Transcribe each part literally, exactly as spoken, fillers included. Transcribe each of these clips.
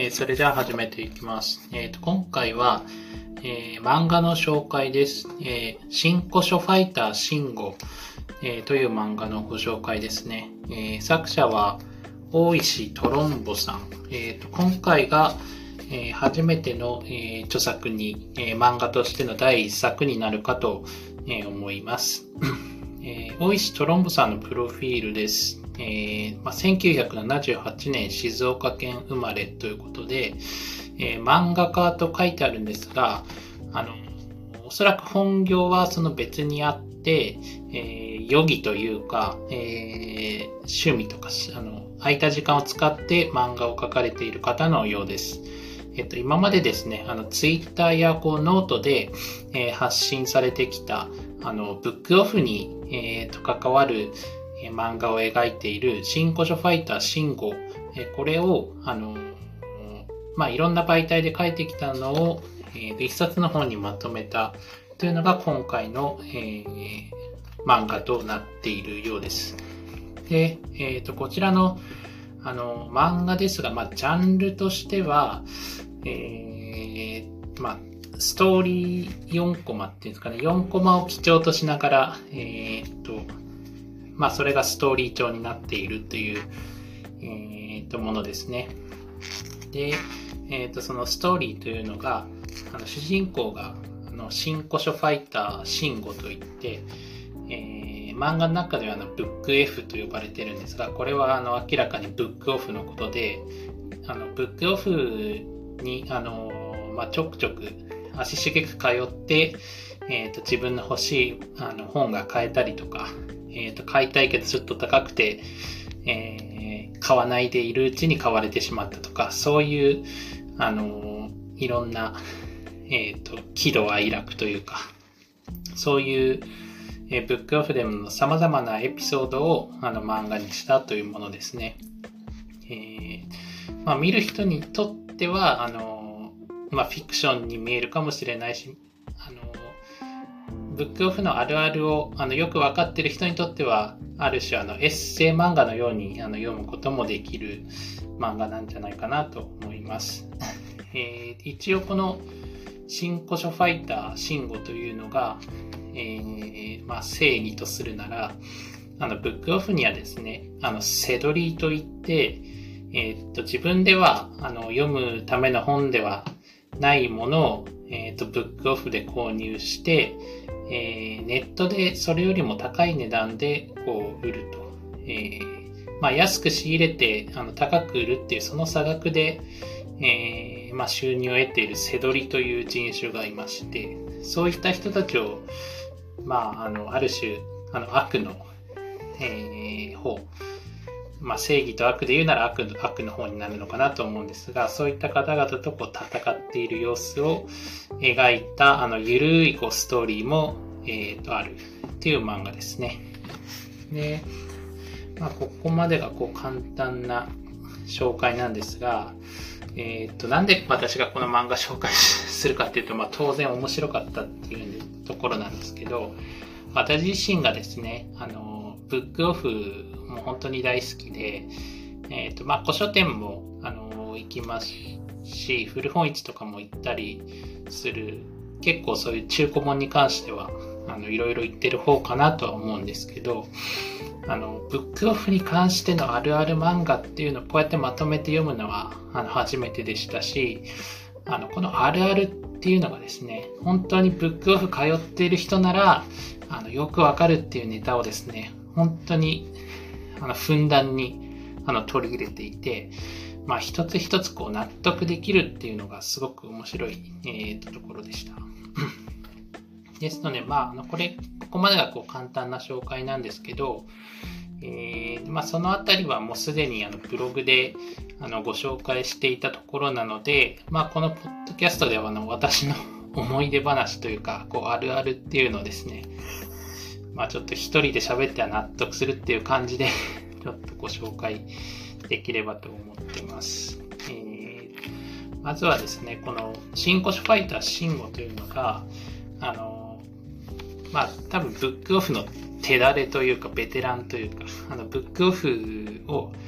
えー、それじゃあ始めていきます。えーと、今回は、えー、漫画の紹介です。えー、新古書ファイター新語、えー、という漫画のご紹介ですね。えー、作者は大石トロンボさん。えーと、今回が、えー、初めての、えー、著作に、えー、漫画としての第一作になるかと、えー、思います。えー、大石トロンボさんのプロフィールです。えーまあ、せんきゅうひゃくななじゅうはちねん静岡県生まれということで、えー、漫画家と書いてあるんですが、あのおそらく本業はその別にあって、えー、余儀というか、えー、趣味とかあの空いた時間を使って漫画を描かれている方のようです。えっと、今までですね、あのツイッターやこうノートで、えー、発信されてきたあのブックオフに、えー、と関わる漫画を描いている新古書ファイター新語、これをあの、まあ、いろんな媒体で書いてきたのを、えー、一冊の本にまとめたというのが今回の、えー、漫画となっているようです。で、えー、とこちらの、あの漫画ですが、まあ、ジャンルとしては、えーまあ、ストーリーよんコマっていうんですかね、よんコマを基調としながら、えー、とまあ、それがストーリー調になっているという、えー、とものですね。で、えー、とそのストーリーというのが、あの主人公があの新古書ファイター新語といって、えー、漫画の中ではあのブック F と呼ばれてるんですが、これはあの明らかにブックオフのことで、あのブックオフにあの、まあ、ちょくちょく足しげく通って、えー、と自分の欲しいあの本が買えたりとか、えー、と買いたいけどちょっと高くて、えー、買わないでいるうちに買われてしまったとか、そういう、あのー、いろんな、えー、と喜怒哀楽というか、そういう、えー、ブックオフでも様々なエピソードをあの漫画にしたというものですね。えーまあ、見る人にとってはあのーまあ、フィクションに見えるかもしれないし、あのーブックオフのあるあるをあのよく分かっている人にとっては、ある種あのエッセイ漫画のようにあの読むこともできる漫画なんじゃないかなと思います。えー、一応この新古書ファイター新語というのが、えーまあ、正義とするなら、あのブックオフにはですね、あの背取りといって、えー、っと自分ではあの読むための本ではないものを、えー、っとブックオフで購入して、えー、ネットでそれよりも高い値段でこう売ると、えーまあ、安く仕入れてあの高く売るっていうその差額で、えーまあ、収入を得ている背取りという人種がいまして、そういった人たちを、まあ、あのある種あの悪の、えー、方、まあ、正義と悪で言うなら 悪, 悪の方になるのかなと思うんですが、そういった方々とこう戦っている様子を描いたあのゆるいこうストーリーも、えー、とあるっていう漫画ですね。で、まあ、ここまでがこう簡単な紹介なんですが、えー、となんで私がこの漫画紹介するかっていうと、まあ、当然面白かったっていうところなんですけど、私自身がですね、あのブックオフも本当に大好きで、えーとまあ、古書店もあの行きますし、古本市とかも行ったりする、結構そういう中古本に関してはあのいろいろ行ってる方かなとは思うんですけど、あのブックオフに関してのあるある漫画っていうのをこうやってまとめて読むのはあの初めてでしたし、あのこのあるあるっていうのがですね、本当にブックオフ通っている人ならあのよくわかるっていうネタをですね、本当にあのふんだんにあの取り入れていて、まあ、一つ一つこう納得できるっていうのがすごく面白い、えー、ところでした。ですので、まあ、あのこれここまでがこう簡単な紹介なんですけど、えーまあ、そのあたりはもうすでにあのブログであのご紹介していたところなので、まあ、このポッドキャストではあの私の思い出話というかこうあるあるっていうのをですね、まあ、ちょっと一人で喋っては納得するっていう感じでちょっとご紹介できればと思っています。えー、まずはですね、この新古書ファイター新語というのがあのまあ多分ブックオフの手だれというかベテランというか、あのブックオフをこ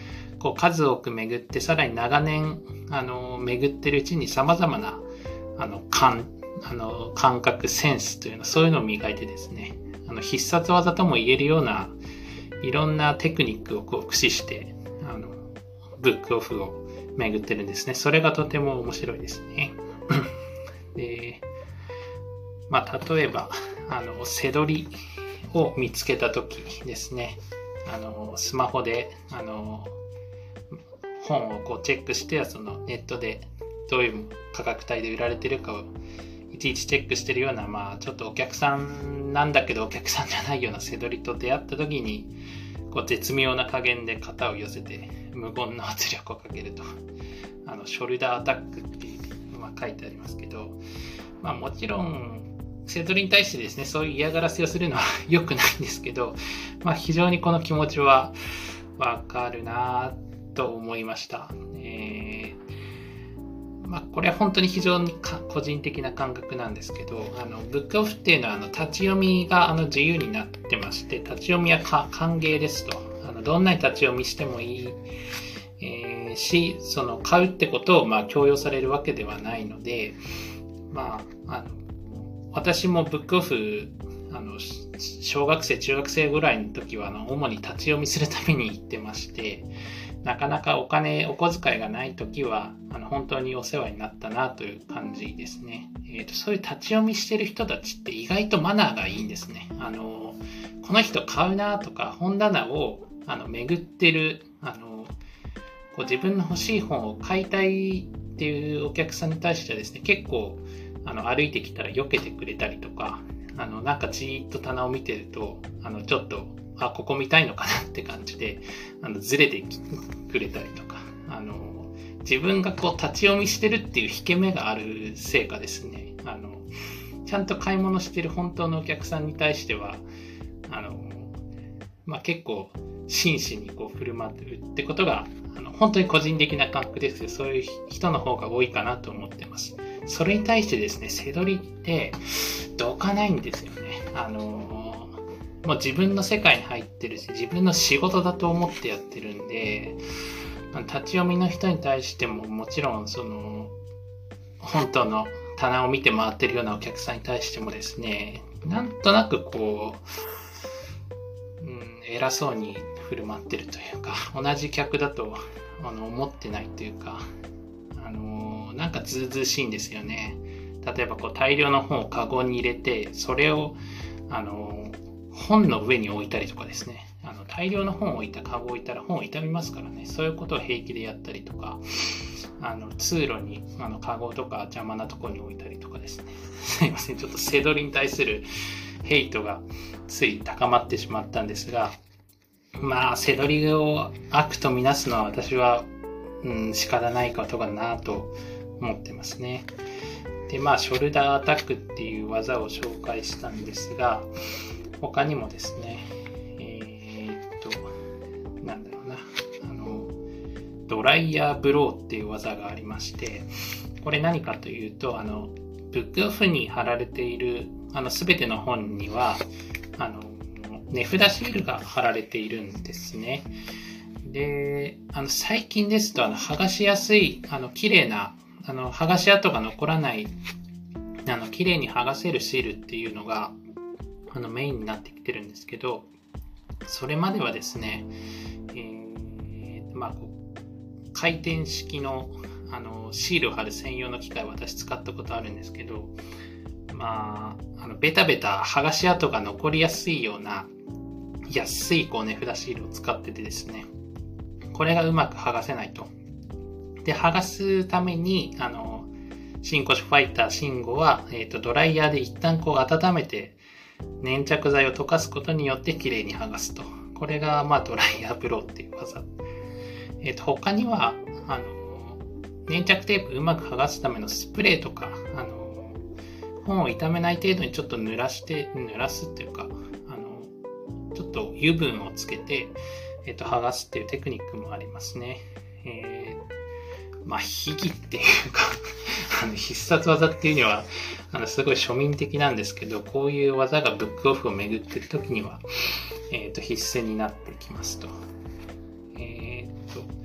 こう数多く巡って、さらに長年、あの、巡ってるうちに様々な、あの、感、あの、感覚、センスというの、そういうのを磨いてですね、あの、必殺技とも言えるような、いろんなテクニックをこう駆使して、あの、ブックオフを巡ってるんですね。それがとても面白いですね。で、まあ、例えば、あの、背取りを見つけたときですね、あの、スマホで、あの、本をこうチェックして、そのネットでどういう価格帯で売られてるかをいちいちチェックしてるような、まあ、ちょっとお客さんなんだけどお客さんじゃないような背取りと出会ったときに、こう絶妙な加減で肩を寄せて無言の圧力をかけると、あの、ショルダーアタックっていう、まあ、書いてありますけど、まあ、もちろん、背取りに対してですね、そういう嫌がらせをするのは良くないんですけど、まあ、非常にこの気持ちはわかるなと思いました。えーまあ、これは本当に非常に個人的な感覚なんですけど、あのブックオフっていうのはあの立ち読みがあの自由になってまして、立ち読みは歓迎ですと。あのどんなに立ち読みしてもいい、えー、し、その買うってことをまあ強要されるわけではないので、まあ、あの私もブックオフ、あの小学生、中学生ぐらいの時はあの主に立ち読みするために行ってまして、なかなかお金、お小遣いがない時はあの本当にお世話になったなという感じですね。えーと、そういう立ち読みしてる人たちって意外とマナーがいいんですね。あのこの人買うなとか本棚をあの巡ってる、あのこう自分の欲しい本を買いたいっていうお客さんに対してはですね、結構あの歩いてきたら避けてくれたりとか、あのなんかじーっと棚を見てると、あのちょっとあここ見たいのかなって感じであのずれてくれたりとか、あの自分がこう立ち読みしてるっていう引け目があるせいかですね、あのちゃんと買い物してる本当のお客さんに対してはあの、まあ、結構真摯にこう振る舞ってるってことがあの本当に個人的な感覚ですけど、そういう人の方が多いかなと思ってます。それに対してですね、背取りってどかないんですよね。あのもう自分の世界に入ってるし、自分の仕事だと思ってやってるんで、立ち読みの人に対してももちろんその本当の棚を見て回ってるようなお客さんに対してもですね、なんとなくこう、うん、偉そうに振る舞ってるというか、同じ客だとあの思ってないというか、あのなんかずうずうしいんですよね。例えばこう大量の本をカゴに入れて、それをあの本の上に置いたりとかですね、あの大量の本を置いたカゴを置いたら本を傷みますからね、そういうことを平気でやったりとか、あの通路にあのカゴとか邪魔なところに置いたりとかですね、すいません、ちょっと背取りに対するヘイトがつい高まってしまったんですが、まあ背取りを悪とみなすのは私は、うん、仕方ないことかなと思ってますね。で、まあショルダーアタックっていう技を紹介したんですが、他にもですね、えー、っとなんだろうな、あのドライヤーブローっていう技がありまして、これ何かというと、あのブックオフに貼られているあの全ての本にはあの値札シールが貼られているんですね。で、あの最近ですとあの剥がしやすいあの綺麗なあの剥がし跡が残らないあの綺麗に剥がせるシールっていうのがあのメインになってきてるんですけど、それまではですね、えー、まあこう回転式のあのシールを貼る専用の機械を私使ったことあるんですけど、まあ、あのベタベタ剥がし跡が残りやすいような安いこう値札シールを使っててですね、これがうまく剥がせないと。で、剥がすためにあの新古書ファイターシンゴは、えーと、ドライヤーで一旦こう温めて粘着剤を溶かすことによって綺麗に剥がすと。これがまあドライヤーブローっていう技。えーと、他にはあの粘着テープうまく剥がすためのスプレーとか、あの本を傷めない程度にちょっと濡らして濡らすっていうか、あのちょっと油分をつけて、えーと、剥がすっていうテクニックもありますね。えー、まあ秘技っていうかあの必殺技っていうにはあのすごい庶民的なんですけど、こういう技がブックオフを巡っているときには、えーと必須になってきますと。えーと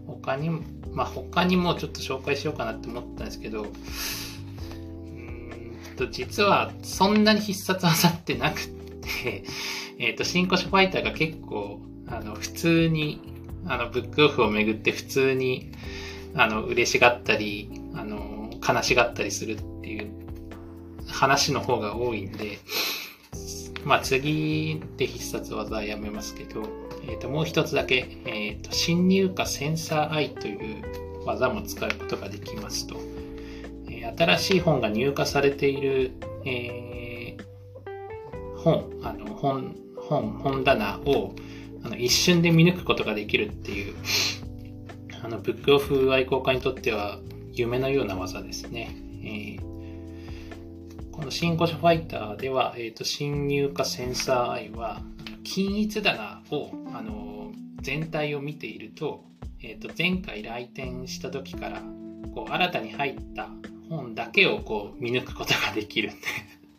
他にも、まあ他にもちょっと紹介しようかなって思ったんですけど、うーんと実はそんなに必殺技ってなくて、えっと、新古書ファイターが結構、あの、普通に、あの、ブックオフをめぐって普通に、あの、嬉しがったり、あの、悲しがったりするっていう話の方が多いんで、まあ次で必殺技はやめますけど、えっと、もう一つだけ、えっと、侵入歌センサーアイという技も使うことができますと。えー、新しい本が入荷されている、えー、本、あの、本、本、本棚をあの一瞬で見抜くことができるっていう、あの、ブックオフ愛好家にとっては夢のような技ですね。えーこの新古書ファイターでは、えっと、侵入歌センサーアイは、均一棚を、あの、全体を見ていると、えっと、前回来店した時から、こう、新たに入った本だけをこう、見抜くことができるんで。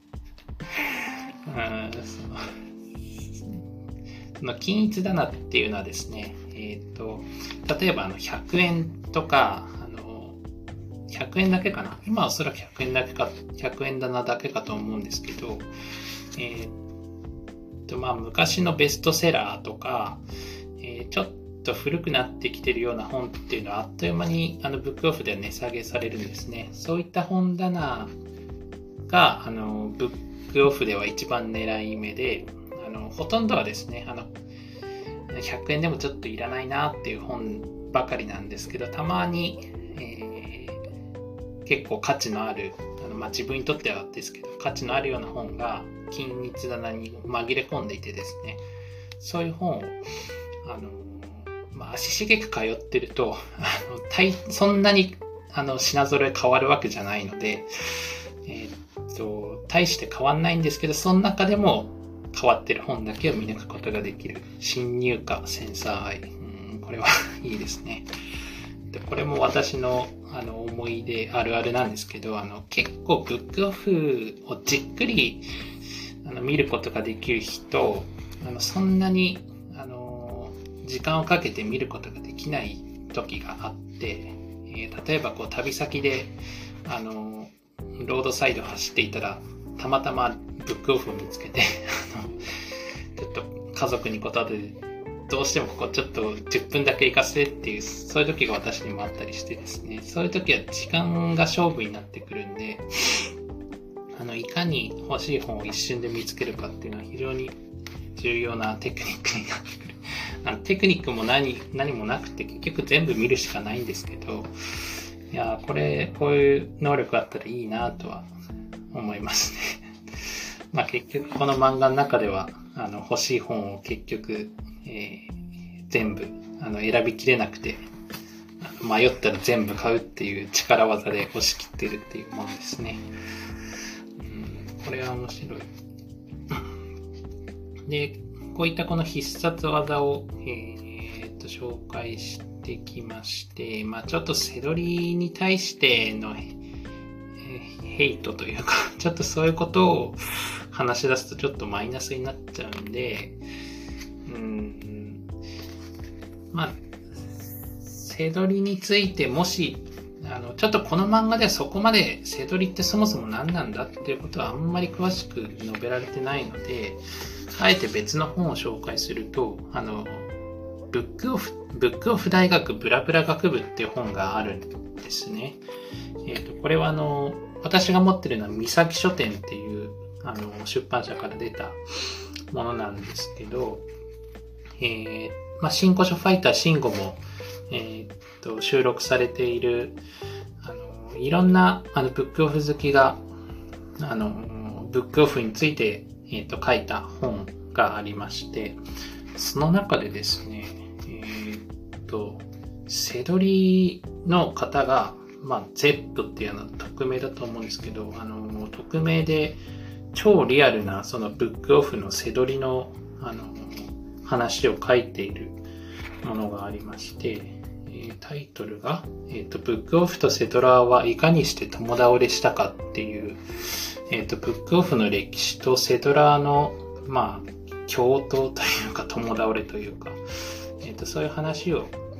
うんそのその均一棚っていうのはですね、えっと、例えばあの、ひゃくえんとか、ひゃくえんだけかな今はおそらくひゃくえんだけか、ひゃくえん棚だけかと思うんですけど、えー、っと、まあ、昔のベストセラーとか、えー、ちょっと古くなってきてるような本っていうのはあっという間にあのブックオフで値下げされるんですね。そういった本棚が、あの、ブックオフでは一番狙い目で、あの、ほとんどはですね、あの、ひゃくえんでもちょっといらないなっていう本ばかりなんですけど、たまに、えー結構価値のある、あのまあ、自分にとってはですけど、価値のあるような本が均一棚に紛れ込んでいてですね、そういう本を、あの、まあ、足しげく通ってると、あの大そんなにあの品揃え変わるわけじゃないので、えーっと、大して変わんないんですけど、その中でも変わってる本だけを見抜くことができる。侵入歌センサーアイ。うん、これはいいですね。でこれも私のあの思い出あるあるなんですけど、あの結構ブックオフをじっくりあの見ることができる人、あのそんなにあの時間をかけて見ることができない時があって、えー、例えばこう旅先であのロードサイド走っていたらたまたまブックオフを見つけてあのちょっと家族にことでどうしてもここちょっとじゅっぷんだけ行かせてっていう、そういう時が私にもあったりしてですね、そういう時は時間が勝負になってくるんで、あの、いかに欲しい本を一瞬で見つけるかっていうのは非常に重要なテクニックになってくる。あのテクニックも何、何もなくて結局全部見るしかないんですけど、いや、これ、こういう能力あったらいいなとは思いますね。まあ結局この漫画の中では、あの、欲しい本を結局、えー、全部あの選びきれなくて迷ったら全部買うっていう力技で押し切ってるっていうものですね。うん、これは面白い。で、こういったこの必殺技を、えー、と紹介してきまして、まあちょっとセドリに対してのヘイトというか、ちょっとそういうことを話し出すとちょっとマイナスになっちゃうんで、うん、まあ、セドリについてもし、あの、ちょっとこの漫画ではそこまでセドリってそもそも何なんだっていうことはあんまり詳しく述べられてないので、あえて別の本を紹介すると、あの、ブックオフ、ブックオフ大学ブラブラ学部っていう本があるんですね。えっと、これはあの、私が持ってるのは三崎書店っていうあの出版社から出たものなんですけど、えー、まあ、新古書ファイターシンゴも、えー、っと収録されているあのいろんなあのブックオフ好きがあのブックオフについて、えー、っと書いた本がありまして、その中でですね、えー、っとセドリの方がまあ、Z っていうのは匿名だと思うんですけど、あの、匿名で超リアルなそのブックオフのセドリの、あの、話を書いているものがありまして、えー、タイトルが、えっと、ブックオフとセドラーはいかにして共倒れしたかっていう、えっと、ブックオフの歴史とセドラーの、まあ、共闘というか、共倒れというか、えっと、そういう話をあの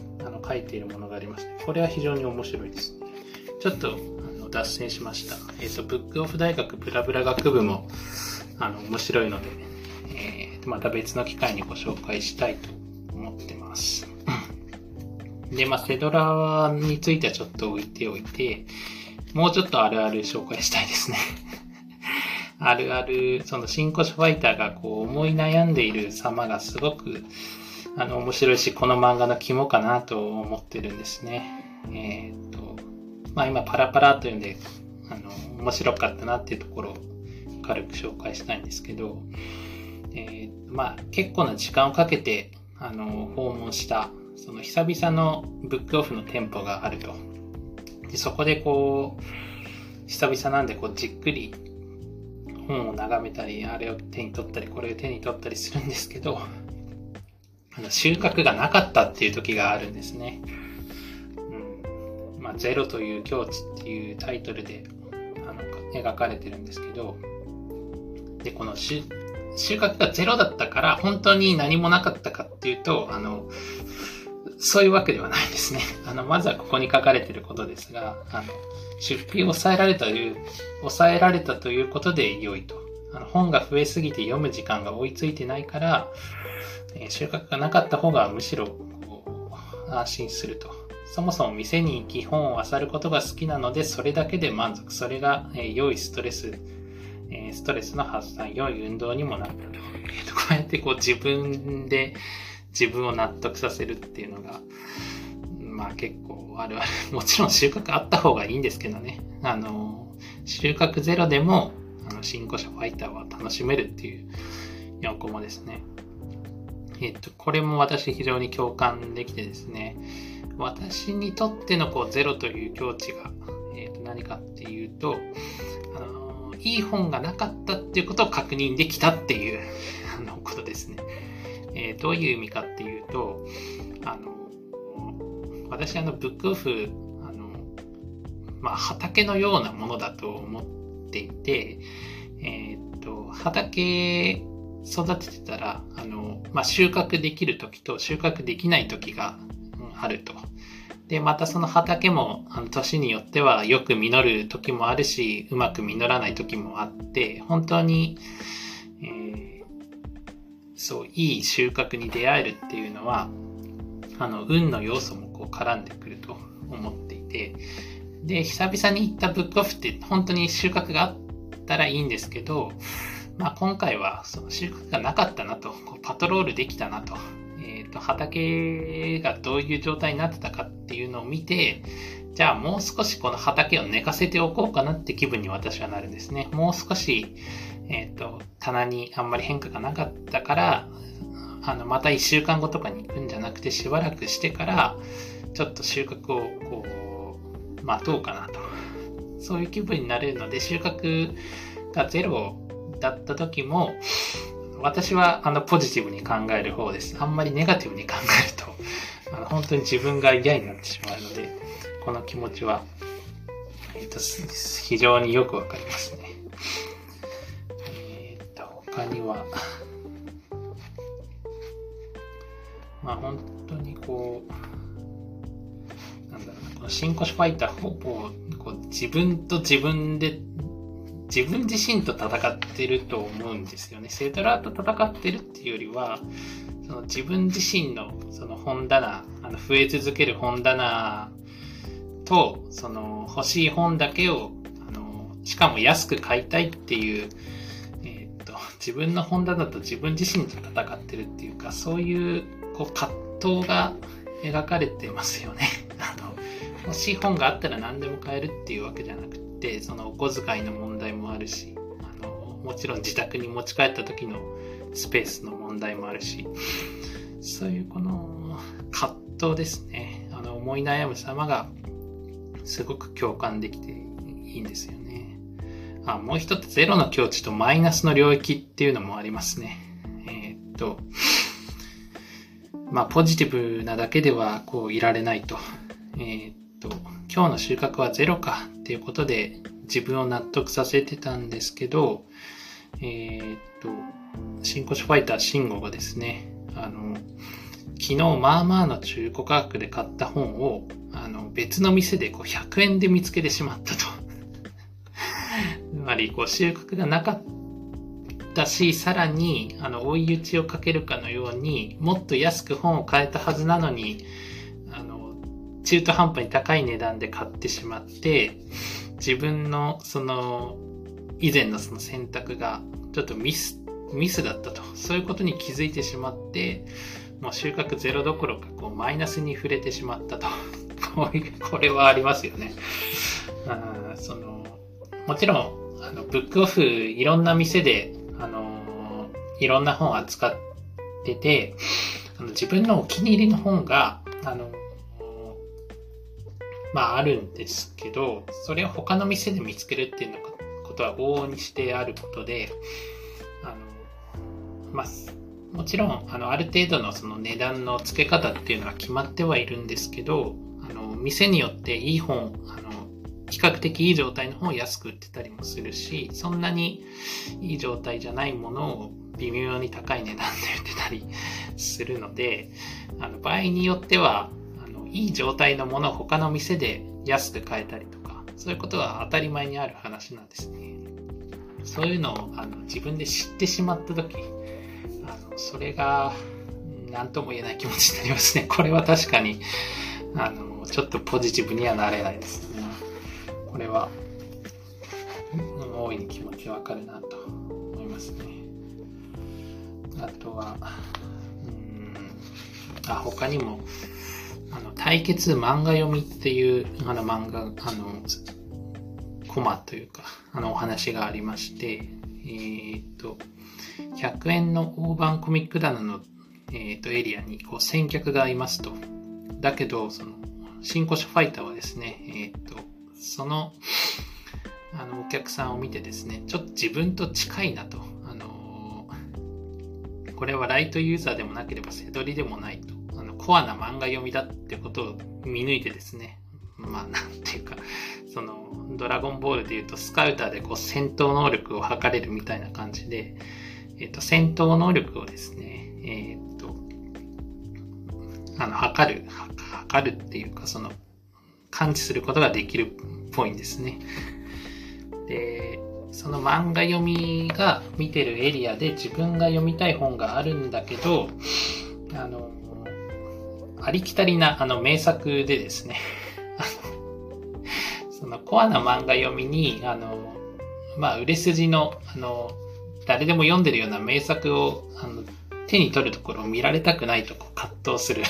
書いているものがありますね。これは非常に面白いですね。ちょっとあの脱線しました。えっと、ブックオフ大学ブラブラ学部もあの面白いので、えー、また別の機会にご紹介したいと思ってます。で、まあ、セドラについてはちょっと置いておいて、もうちょっとあるある紹介したいですね。あるある、その新古書ファイターがこう思い悩んでいる様がすごくあの面白いし、この漫画の肝かなと思ってるんですね。えっと、まあ今パラパラというんで、あの、面白かったなっていうところを軽く紹介したいんですけど、えー、まあ結構な時間をかけて、あの、訪問した、その久々のブックオフの店舗があると。でそこでこう、久々なんでこうじっくり本を眺めたり、あれを手に取ったり、これを手に取ったりするんですけど、あの収穫がなかったっていう時があるんですね。うん、まあ、ゼロという境地っていうタイトルであの描かれてるんですけど、で、この収穫がゼロだったから本当に何もなかったかっていうと、あの、そういうわけではないですね。あの、まずはここに書かれていることですが、あの、出費を抑えられたという、抑えられたということで良いと。あの、本が増えすぎて読む時間が追いついてないから、えー、収穫がなかった方がむしろこう安心すると。そもそも店に行き本を漁ることが好きなので、それだけで満足。それが、えー、良いストレス、えー、ストレスの発散、良い運動にもなったと。えー、とこうやってこう自分で自分を納得させるっていうのが、まあ結構あるある。もちろん収穫あった方がいいんですけどね。あの、収穫ゼロでも、あの、新古書ファイターは楽しめるっていうよんコマですね。えっと、これも私非常に共感できてですね、私にとってのこうゼロという境地が、えっと、何かっていうと、あの、いい本がなかったっていうことを確認できたっていうあのことですね。えー、どういう意味かっていうと、あの、私あのブックオフ、あの、まあ、畑のようなものだと思っていて、えー、っと、畑育ててたら、あの、まあ、収穫できる時と収穫できない時があると。で、またその畑も、あの、年によってはよく実る時もあるし、うまく実らない時もあって、本当に、えー、そう、いい収穫に出会えるっていうのは、あの、運の要素もこう絡んでくると思っていて、で、久々に行ったブックオフって本当に収穫があったらいいんですけど、まあ今回はその収穫がなかったなと、こうパトロールできたなと、えっと、畑がどういう状態になってたかっていうのを見て、じゃあもう少しこの畑を寝かせておこうかなって気分に私はなるんですね。もう少し、えっと、棚にあんまり変化がなかったから、あの、またいっしゅうかんごとかに行くんじゃなくて、しばらくしてから、ちょっと収穫をこう、待とうかなと。そういう気分になれるので、収穫がゼロだった時も、私はあのポジティブに考える方です。あんまりネガティブに考えると、あの本当に自分が嫌になってしまうので、この気持ちは、えー、と非常によくわかりますね。えっ、ー、と、他には、まあ本当にこう、なんだろうな、この新古書ファイターほぼこう自分と自分で、自分自身と戦ってると思うんですよね。セドラーと戦ってるっていうよりは、その自分自身のその本棚、あの増え続ける本棚と、その欲しい本だけを、あのしかも安く買いたいっていう、えー、っと自分の本棚と自分自身と戦ってるっていうか、そういうこう葛藤が描かれてますよね。あの欲しい本があったら何でも買えるっていうわけじゃなくて、そのお小遣いの問題もあるし、あのもちろん自宅に持ち帰った時のスペースの問題もあるし、そういうこの葛藤ですね。あの思い悩む様がすごく共感できていいんですよね。あ、もう一つゼロの境地とマイナスの領域っていうのもありますね。えー、っと、まあポジティブなだけではこういられないと。えー、っと、今日の収穫はゼロかっていうことで自分を納得させてたんですけど、えー、っと、新古書ファイター慎吾がですね、あの、 昨日まあまあの中古価格で買った本をあの別の店でこうひゃくえんで見つけてしまったと。つまりこう収穫がなかったし、さらにあの追い打ちをかけるかのようにもっと安く本を買えたはずなのに、あの中途半端に高い値段で買ってしまって、自分のその以前のその選択がちょっとミスミスだったと、そういうことに気づいてしまって、もう収穫ゼロどころかこうマイナスに触れてしまったと。こういうこれはありますよね。あそのもちろんあのブックオフいろんな店であのいろんな本を扱ってて、あの自分のお気に入りの本があのまああるんですけど、それを他の店で見つけるっていうのことは往々にしてあることで、あのまあもちろんあのある程度のその値段の付け方っていうのは決まってはいるんですけど、あの店によっていい本、あの比較的いい状態の本を安く売ってたりもするし、そんなにいい状態じゃないものを微妙に高い値段で売ってたりするので、あの場合によってはあのいい状態のものを他の店で安く買えたりとか、そういうことは当たり前にある話なんですね。そういうのをあの自分で知ってしまった時、あのそれが何とも言えない気持ちになりますね。これは確かにあのちょっとポジティブにはなれないですね。これは大いに気持ちわかるなと思いますね。あとはうーんあ他にもあの対決漫画読みっていうあの漫画あのコマというかあのお話がありまして、えー、っとひゃくえんの大判コミック棚の、えー、っとエリアにこう先客がいますと。だけどその新古書ファイターはですね、えー、っとそのあのお客さんを見てですね、ちょっと自分と近いなと、あのー、これはライトユーザーでもなければ背取りでもないと、あのコアな漫画読みだってことを見抜いてですね、まあなんていうか、そのドラゴンボールでいうとスカウターでこう戦闘能力を測れるみたいな感じで、えっと戦闘能力をですね、えっとあの測る測るっていうか、その感知することができるっぽいんですね。で、その漫画読みが見てるエリアで自分が読みたい本があるんだけど、あのありきたりなあの名作でですね、そのコアな漫画読みにあのまあ売れ筋のあの誰でも読んでるような名作をあの手に取るところを見られたくないとこう葛藤する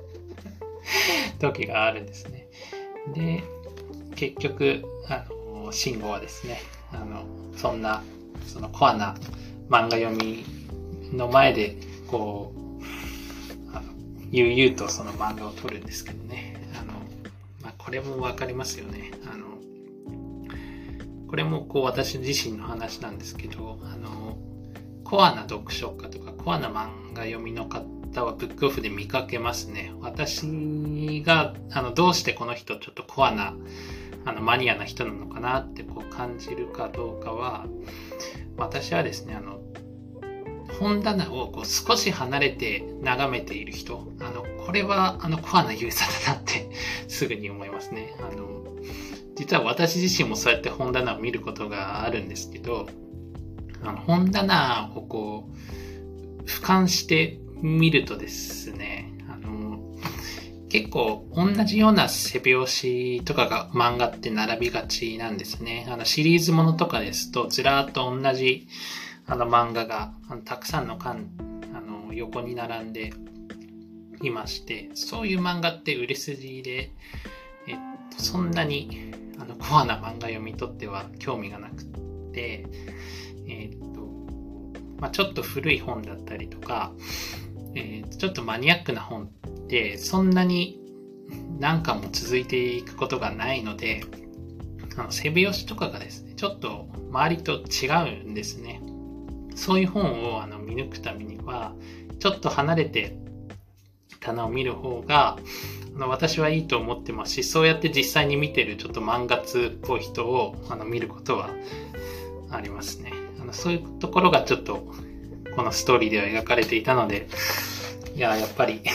時があるんですね。で、結局あの慎吾はですね、あのそんなそのコアな漫画読みの前でこうあの悠々とその漫画を撮るんですけどね、あの、まあ、これもわかりますよね。あのこれもこう私自身の話なんですけど、あのコアな読書家とかコアな漫画読みの方はブックオフで見かけますね。私があのどうしてこの人ちょっとコアなあのマニアな人なのかなってこう感じるかどうかは、私はですね、あの本棚をこう少し離れて眺めている人、あのこれはあのコアなユーザーだなってすぐに思いますね。あの実は私自身もそうやって本棚を見ることがあるんですけど、あの本棚をこう俯瞰して見るとですね、あの結構同じような背表紙とかが漫画って並びがちなんですね。あのシリーズものとかですとずらーっと同じあの漫画があのたくさんの巻あの横に並んでいまして、そういう漫画って売れ筋で、えっと、そんなにあのコアな漫画読みにとっては興味がなくて、えっとまあ、ちょっと古い本だったりとか、えー、ちょっとマニアックな本ってそんなに何巻も続いていくことがないので、あの背表紙とかがですね、ちょっと周りと違うんですね。そういう本をあの見抜くためにはちょっと離れて棚を見る方があの私はいいと思ってますし、そうやって実際に見てるちょっと漫画通っぽい人をあの見ることはありますね。あのそういうところがちょっとこのストーリーでは描かれていたので、いややっぱり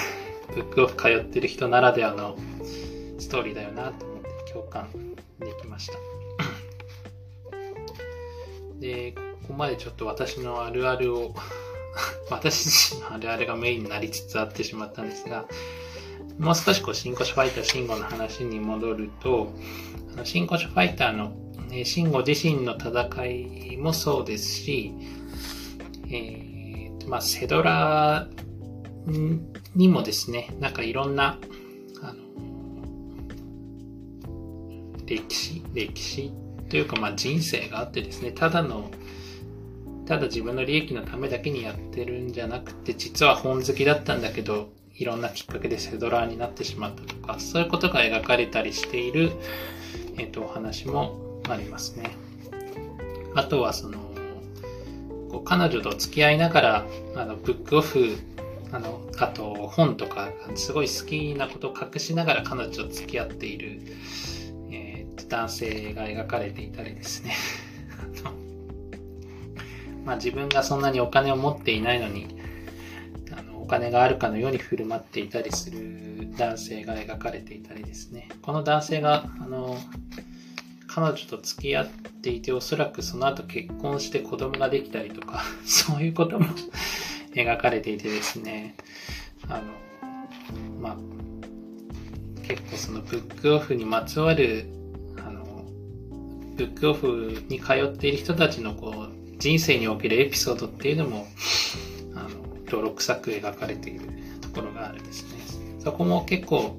ブックオフ通ってる人ならではのストーリーだよなと思って共感できました。で、ここまでちょっと私のあるあるを私自身のあるあるがメインになりつつあってしまったんですが、もう少しこう新古書ファイター慎吾の話に戻ると、あの新古書ファイターの、ね、慎吾自身の戦いもそうですし、えーまあ、セドラにもですね、なんかいろんなあの歴史歴史というか、まあ、人生があってですね、ただのただ自分の利益のためだけにやってるんじゃなくて、実は本好きだったんだけどいろんなきっかけでセドラーになってしまったとか、そういうことが描かれたりしている、えーと、お話もありますね。あとはそのこう彼女と付き合いながらあのブックオフあのあと本とかすごい好きなことを隠しながら彼女と付き合っている、えー、男性が描かれていたりですねまあ自分がそんなにお金を持っていないのにあのお金があるかのように振る舞っていたりする男性が描かれていたりですね。この男性があの彼女と付き合っていて、おそらくその後結婚して子供ができたりとかそういうことも描かれていてですね、あのまあ結構そのブックオフにまつわるあのブックオフに通っている人たちのこう人生におけるエピソードっていうのもあの泥臭く描かれているところがあるんですね。そこも結構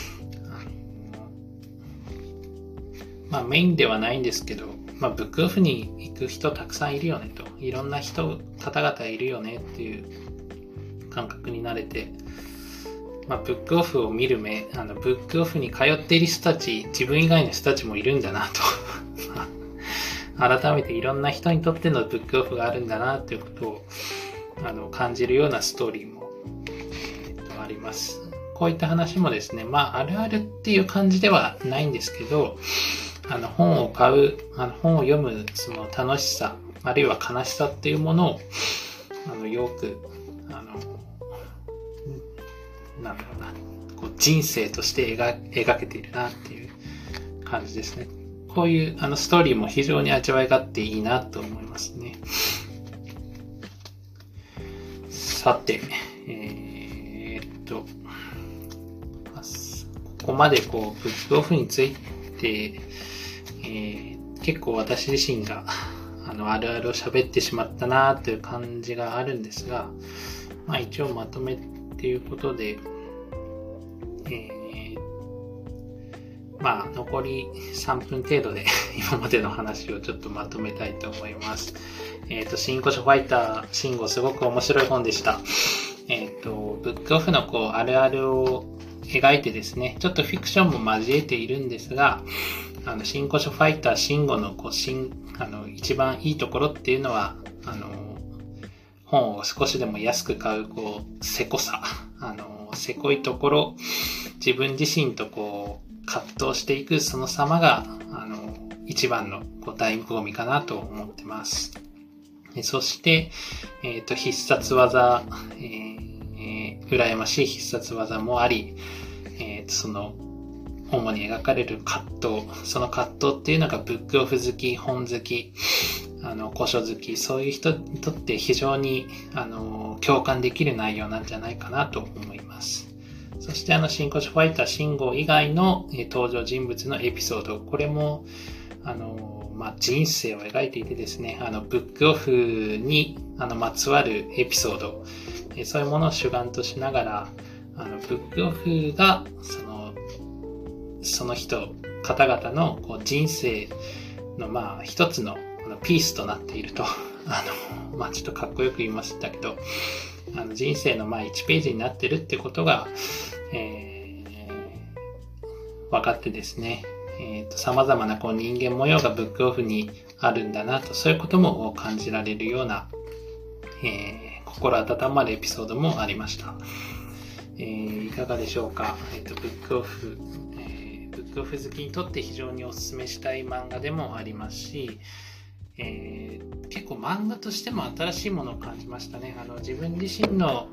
まあメインではないんですけど、まあブックオフに行く人たくさんいるよねと、いろんな人方々いるよねっていう感覚になれて、まあブックオフを見る目、あのブックオフに通っている人たち、自分以外の人たちもいるんだなと改めていろんな人にとってのブックオフがあるんだなということをあの感じるようなストーリーも、えっと、あります。こういった話もですね、まああるあるっていう感じではないんですけど、あの本を買う、あの本を読むその楽しさ、あるいは悲しさっていうものをあのよくあのなんだろうな、こう人生として描、描けているなっていう感じですね。こういうあのストーリーも非常に味わいがあっていいなと思いますね。さて、えー、っとここまでこうブックオフについてえー、結構私自身があのあるあるを喋ってしまったなという感じがあるんですが、まあ一応まとめっていうことで、えー、まあ残りさんぷん程度で今までの話をちょっとまとめたいと思います。えっと、新古書ファイター慎吾すごく面白い本でした。えっと、ブックオフのこうあるあるを描いてですね、ちょっとフィクションも交えているんですが、あの新古書ファイター慎吾のこう新あの一番いいところっていうのはあの本を少しでも安く買うこうせこさ、あのせこいところ、自分自身とこう葛藤していくその様があの一番のこう醍醐味かなと思ってます。そして、えーと、必殺技、えー、羨ましい必殺技もあり、えーと、その主に描かれる葛藤、その葛藤っていうのがブックオフ好き、本好き、あの古書好き、そういう人にとって非常にあの共感できる内容なんじゃないかなと思います。そしてあの新古書ファイター慎吾以外の、えー、登場人物のエピソード、これもあの、まあ、人生を描いていてですね、あのブックオフにあのまつわるエピソード、えー、そういうものを主眼としながら、あのブックオフがそのその人方々のこう人生のまあ一つのピースとなっていると、あのまあちょっとかっこよく言いましたけど、あの人生のまあいちページになってるってことが、えー、分かってですね、えーと、様々なこう人間模様がブックオフにあるんだなと、そういうことも感じられるような、えー、心温まるエピソードもありました。えー、いかがでしょうか。えーと、ブックオフ、えー、ブックオフ好きにとって非常にお勧めしたい漫画でもありますし、えー、結構漫画としても新しいものを感じましたね。あの自分自身の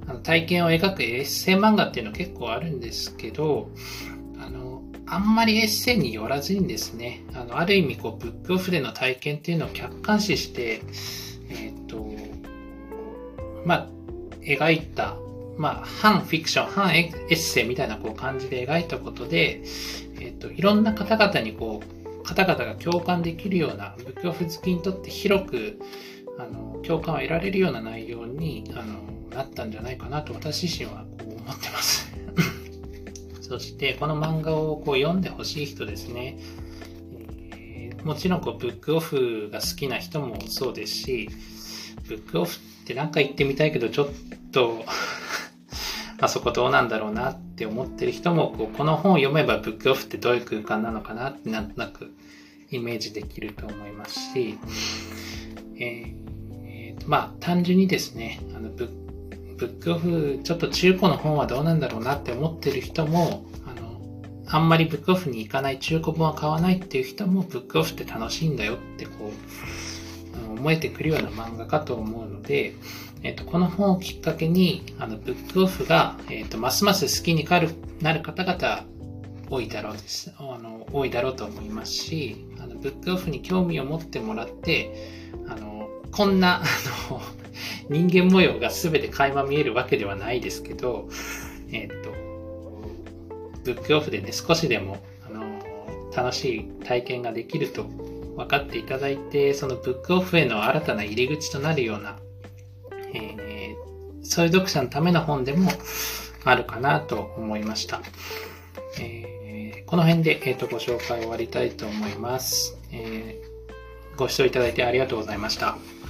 あの体験を描くエッセイ漫画っていうの結構あるんですけど、あの、あんまりエッセイによらずにですね、あの、ある意味こう、ブックオフでの体験っていうのを客観視して、えっと、まあ、描いた、まあ、反フィクション、反エッセイみたいなこう感じで描いたことで、えっと、いろんな方々にこう、方々が共感できるような、ブックオフ好きにとって広く、あの、共感を得られるような内容に、あの、なったんじゃないかなと私自身はこう思ってます。そして、この漫画をこう読んでほしい人ですね。えー、もちろんこう、ブックオフが好きな人もそうですし、ブックオフってなんか行ってみたいけど、ちょっと、あそこどうなんだろうなって思ってる人も、こうこの本を読めばブックオフってどういう空間なのかなってなんとなくイメージできると思いますし、えー、まあ単純にですね、あのブックオフちょっと中古の本はどうなんだろうなって思ってる人も、あのあんまりブックオフに行かない、中古本は買わないっていう人もブックオフって楽しいんだよってこう思えてくるような漫画かと思うので、えっと、この本をきっかけにあのブックオフが、えっと、ますます好きになる方々多いだろうですあの多いだろうと思いますし、あのブックオフに興味を持ってもらって、あのこんなあの人間模様が全て垣間見えるわけではないですけど、えっとブックオフでね、少しでもあの楽しい体験ができると分かっていただいて、そのブックオフへの新たな入り口となるような、えー、そういう読者のための本でもあるかなと思いました。えー、この辺で、えーと、ご紹介を終わりたいと思います。えー、ご視聴いただいてありがとうございました。